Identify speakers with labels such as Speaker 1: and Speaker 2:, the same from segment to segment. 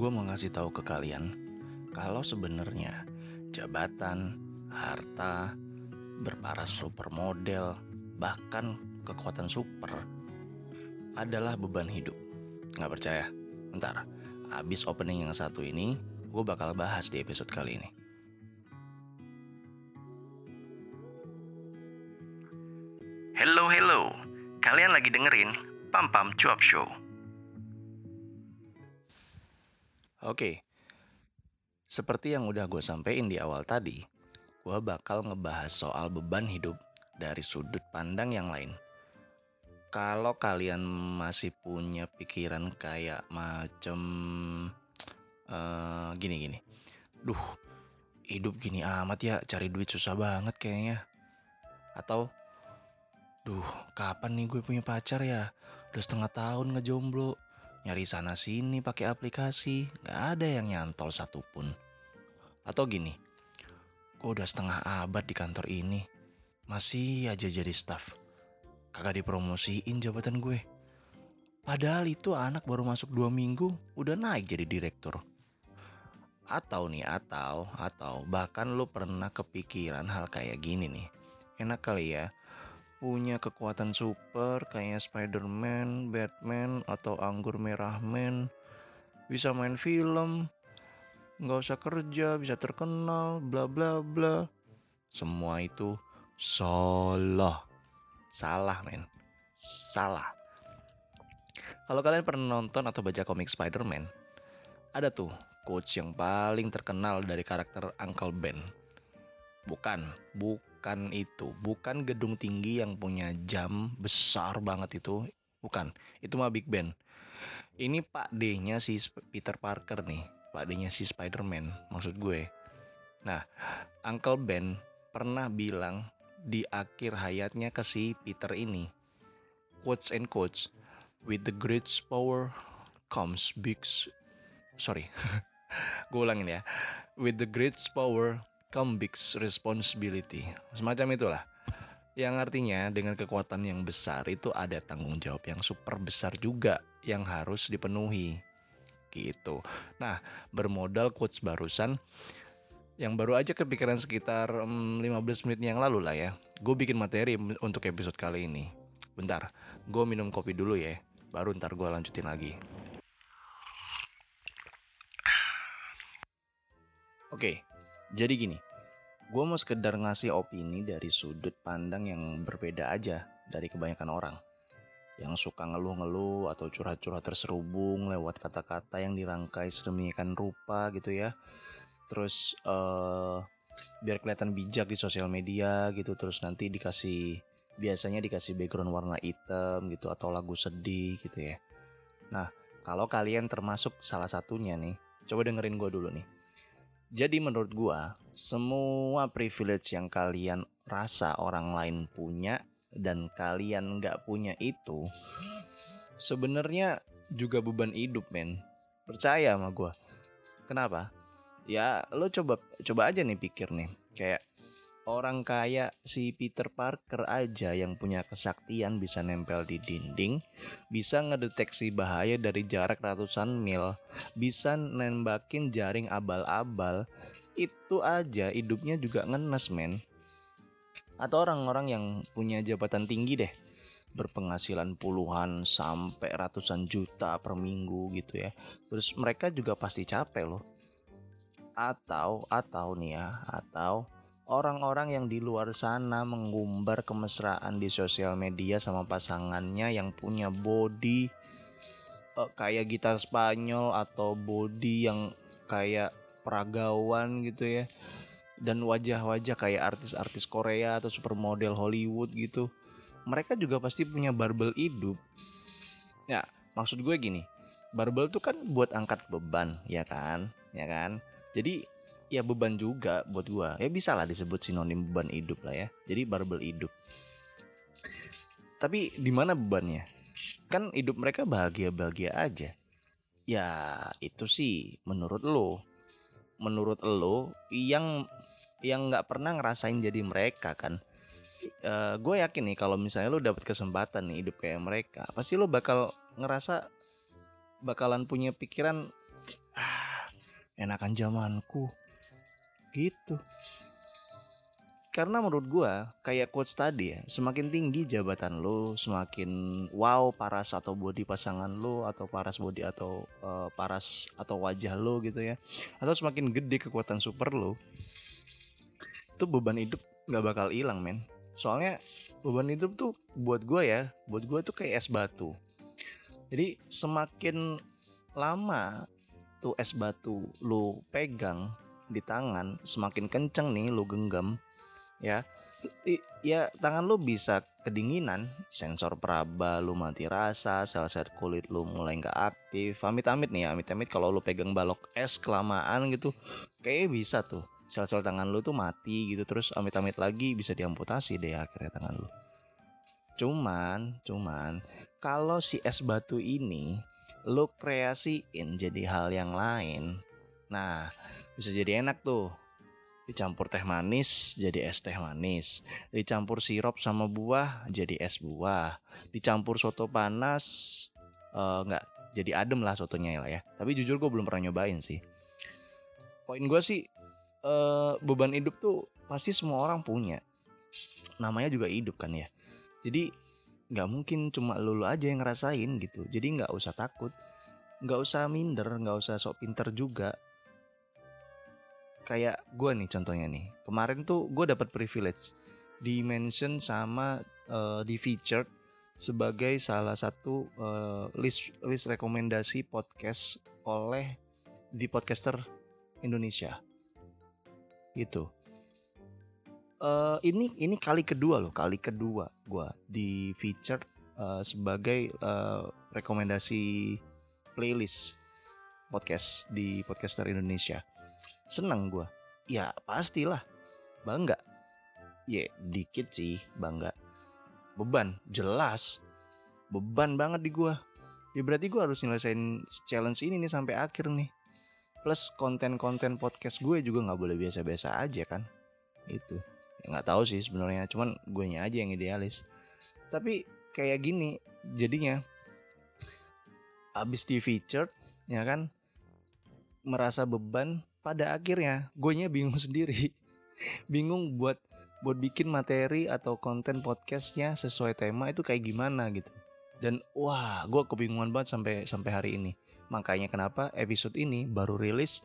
Speaker 1: gue mau ngasih tahu ke kalian kalau sebenarnya jabatan, harta, berparas supermodel, bahkan kekuatan super adalah beban hidup. Nggak percaya? Ntar, abis opening yang satu ini, gue bakal bahas di episode kali ini. Hello, kalian lagi dengerin Pam Pam Cuap Show. Oke, seperti yang udah gue sampein di awal tadi, gue bakal ngebahas soal beban hidup dari sudut pandang yang lain. Kalau kalian masih punya pikiran kayak gini, duh, hidup gini amat ya, cari duit susah banget kayaknya. Atau, duh, kapan nih gue punya pacar ya? Udah setengah tahun ngejomblo, nyari sana sini pakai aplikasi, nggak ada yang nyantol satupun. Atau gini, gue udah setengah abad di kantor ini, masih aja jadi staff. Kagak dipromosiin jabatan gue. Padahal itu anak baru masuk 2 minggu, udah naik jadi direktur. Atau bahkan lu pernah kepikiran hal kayak gini nih. Enak kali ya, punya kekuatan super kayak Spider-Man, Batman, atau Anggur Merah Man. Bisa main film, gak usah kerja, bisa terkenal, bla bla bla. Semua itu salah. Salah men, salah. Kalau kalian pernah nonton atau baca komik Spider-Man, ada tuh quotes yang paling terkenal dari karakter Uncle Ben. Bukan itu. Bukan gedung tinggi yang punya jam besar banget itu. Bukan, itu mah Big Ben. Ini Pak D-nya si Peter Parker nih. Pak D-nya si Spider-Man, maksud gue. Nah, Uncle Ben pernah bilang di akhir hayatnya ke si Peter ini, quotes and quotes, with the great power comes gue ulangin ya. With the great power comes big responsibility. Semacam itulah. Yang artinya dengan kekuatan yang besar itu ada tanggung jawab yang super besar juga yang harus dipenuhi. Gitu. Nah, bermodal quotes barusan yang baru aja kepikiran sekitar 15 menit yang lalu lah ya. Gue bikin materi untuk episode kali ini. Bentar, gue minum kopi dulu ya. Baru ntar gue lanjutin lagi. Oke, jadi gini. Gue mau sekedar ngasih opini dari sudut pandang yang berbeda aja dari kebanyakan orang. Yang suka ngeluh-ngeluh atau curhat-curhat terserubung lewat kata-kata yang dirangkai sedemikian rupa gitu ya. Terus biar kelihatan bijak di sosial media gitu. Terus nanti biasanya dikasih background warna hitam gitu atau lagu sedih gitu ya. Nah, kalau kalian termasuk salah satunya nih, coba dengerin gue dulu nih. Jadi menurut gua, semua privilege yang kalian rasa orang lain punya dan kalian nggak punya itu sebenarnya juga beban hidup, men. Percaya sama gua. Kenapa? Ya lo coba aja nih pikir nih, kayak orang kaya si Peter Parker aja yang punya kesaktian bisa nempel di dinding, bisa ngedeteksi bahaya dari jarak ratusan mil, bisa nembakin jaring abal-abal, itu aja hidupnya juga ngenes men. Atau orang-orang yang punya jabatan tinggi deh, berpenghasilan puluhan sampai ratusan juta per minggu gitu ya. Terus mereka juga pasti capek loh. Atau orang-orang yang di luar sana mengumbar kemesraan di sosial media sama pasangannya yang punya body kayak gitar Spanyol atau body yang kayak peragawan gitu ya. Dan wajah-wajah kayak artis-artis Korea atau supermodel Hollywood gitu. Mereka juga pasti punya barbel hidup. Ya, maksud gue gini. Barbel tuh kan buat angkat beban, ya kan? Jadi ya beban juga buat gua. Ya bisa lah disebut sinonim beban hidup lah ya. Jadi barbel hidup. Tapi di mana bebannya? Kan hidup mereka bahagia-bahagia aja. Ya itu sih menurut lo. Menurut lo yang nggak pernah ngerasain jadi mereka kan. Gue yakin nih kalau misalnya lo dapet kesempatan nih hidup kayak mereka, pasti lo bakal ngerasa bakalan punya pikiran enakan zamanku gitu. Karena menurut gua kayak quotes tadi ya, semakin tinggi jabatan lo, semakin wow paras atau body pasangan lo, atau paras body atau paras atau wajah lo gitu ya, atau semakin gede kekuatan super lo, itu beban hidup nggak bakal hilang men. Soalnya beban hidup tuh buat gua tuh kayak es batu. Jadi semakin lama tuh es batu lo pegang di tangan, semakin kenceng nih lo genggam ya, ya tangan lu bisa kedinginan, sensor peraba lu mati rasa, sel-sel kulit lu mulai nggak aktif. Amit-amit nih, amit-amit kalau lu pegang balok es kelamaan gitu, kayaknya bisa tuh sel-sel tangan lu tuh mati gitu. Terus amit-amit lagi bisa diamputasi deh akhirnya tangan lu. Cuman kalau si es batu ini lu kreasiin jadi hal yang lain, nah bisa jadi enak tuh. Dicampur teh manis jadi es teh manis, dicampur sirup sama buah jadi es buah, dicampur soto panas enggak jadi adem lah sotonya lah ya. Tapi jujur gue belum pernah nyobain sih. Poin gue sih beban hidup tuh pasti semua orang punya. Namanya juga hidup kan ya. Jadi nggak mungkin cuma lu aja yang ngerasain gitu. Jadi nggak usah takut, nggak usah minder, nggak usah sok pinter juga. Kayak gue nih contohnya nih, kemarin tuh gue dapat privilege di mention sama di featured sebagai salah satu list rekomendasi podcast oleh di podcaster Indonesia gitu. Ini kali kedua gue di featured sebagai rekomendasi playlist podcast di podcaster Indonesia. Seneng gue, ya pastilah bangga. Ya dikit sih bangga. Beban jelas, beban banget di gue. Ya berarti gue harus nyelesain challenge ini nih sampai akhir nih. Plus konten-konten podcast gue juga nggak boleh biasa-biasa aja kan. Itu ya, nggak tahu sih sebenarnya, cuman guenya aja yang idealis. Tapi kayak gini jadinya, abis di featured ya kan, merasa beban. Pada akhirnya guenya bingung sendiri. Bingung buat bikin materi atau konten podcastnya sesuai tema itu kayak gimana gitu. Dan wah, gue kebingungan banget sampai hari ini. Makanya kenapa episode ini baru rilis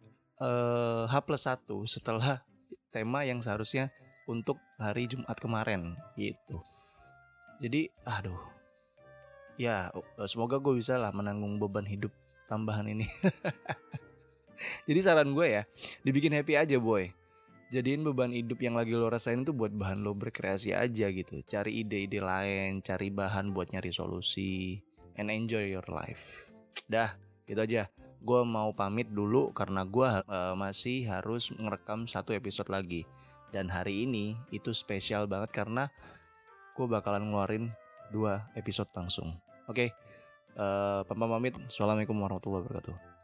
Speaker 1: H+1 setelah tema yang seharusnya untuk hari Jumat kemarin gitu. Jadi aduh, ya semoga gue bisa lah menanggung beban hidup tambahan ini. Jadi saran gue ya, dibikin happy aja boy. Jadiin beban hidup yang lagi lo rasain itu buat bahan lo berkreasi aja gitu. Cari ide-ide lain, cari bahan buat nyari solusi, and enjoy your life. Dah, gitu aja. Gue mau pamit dulu karena gue masih harus ngerekam 1 episode lagi. Dan hari ini itu spesial banget karena gue bakalan ngeluarin 2 episode langsung. Oke, pamit. Assalamualaikum warahmatullahi wabarakatuh.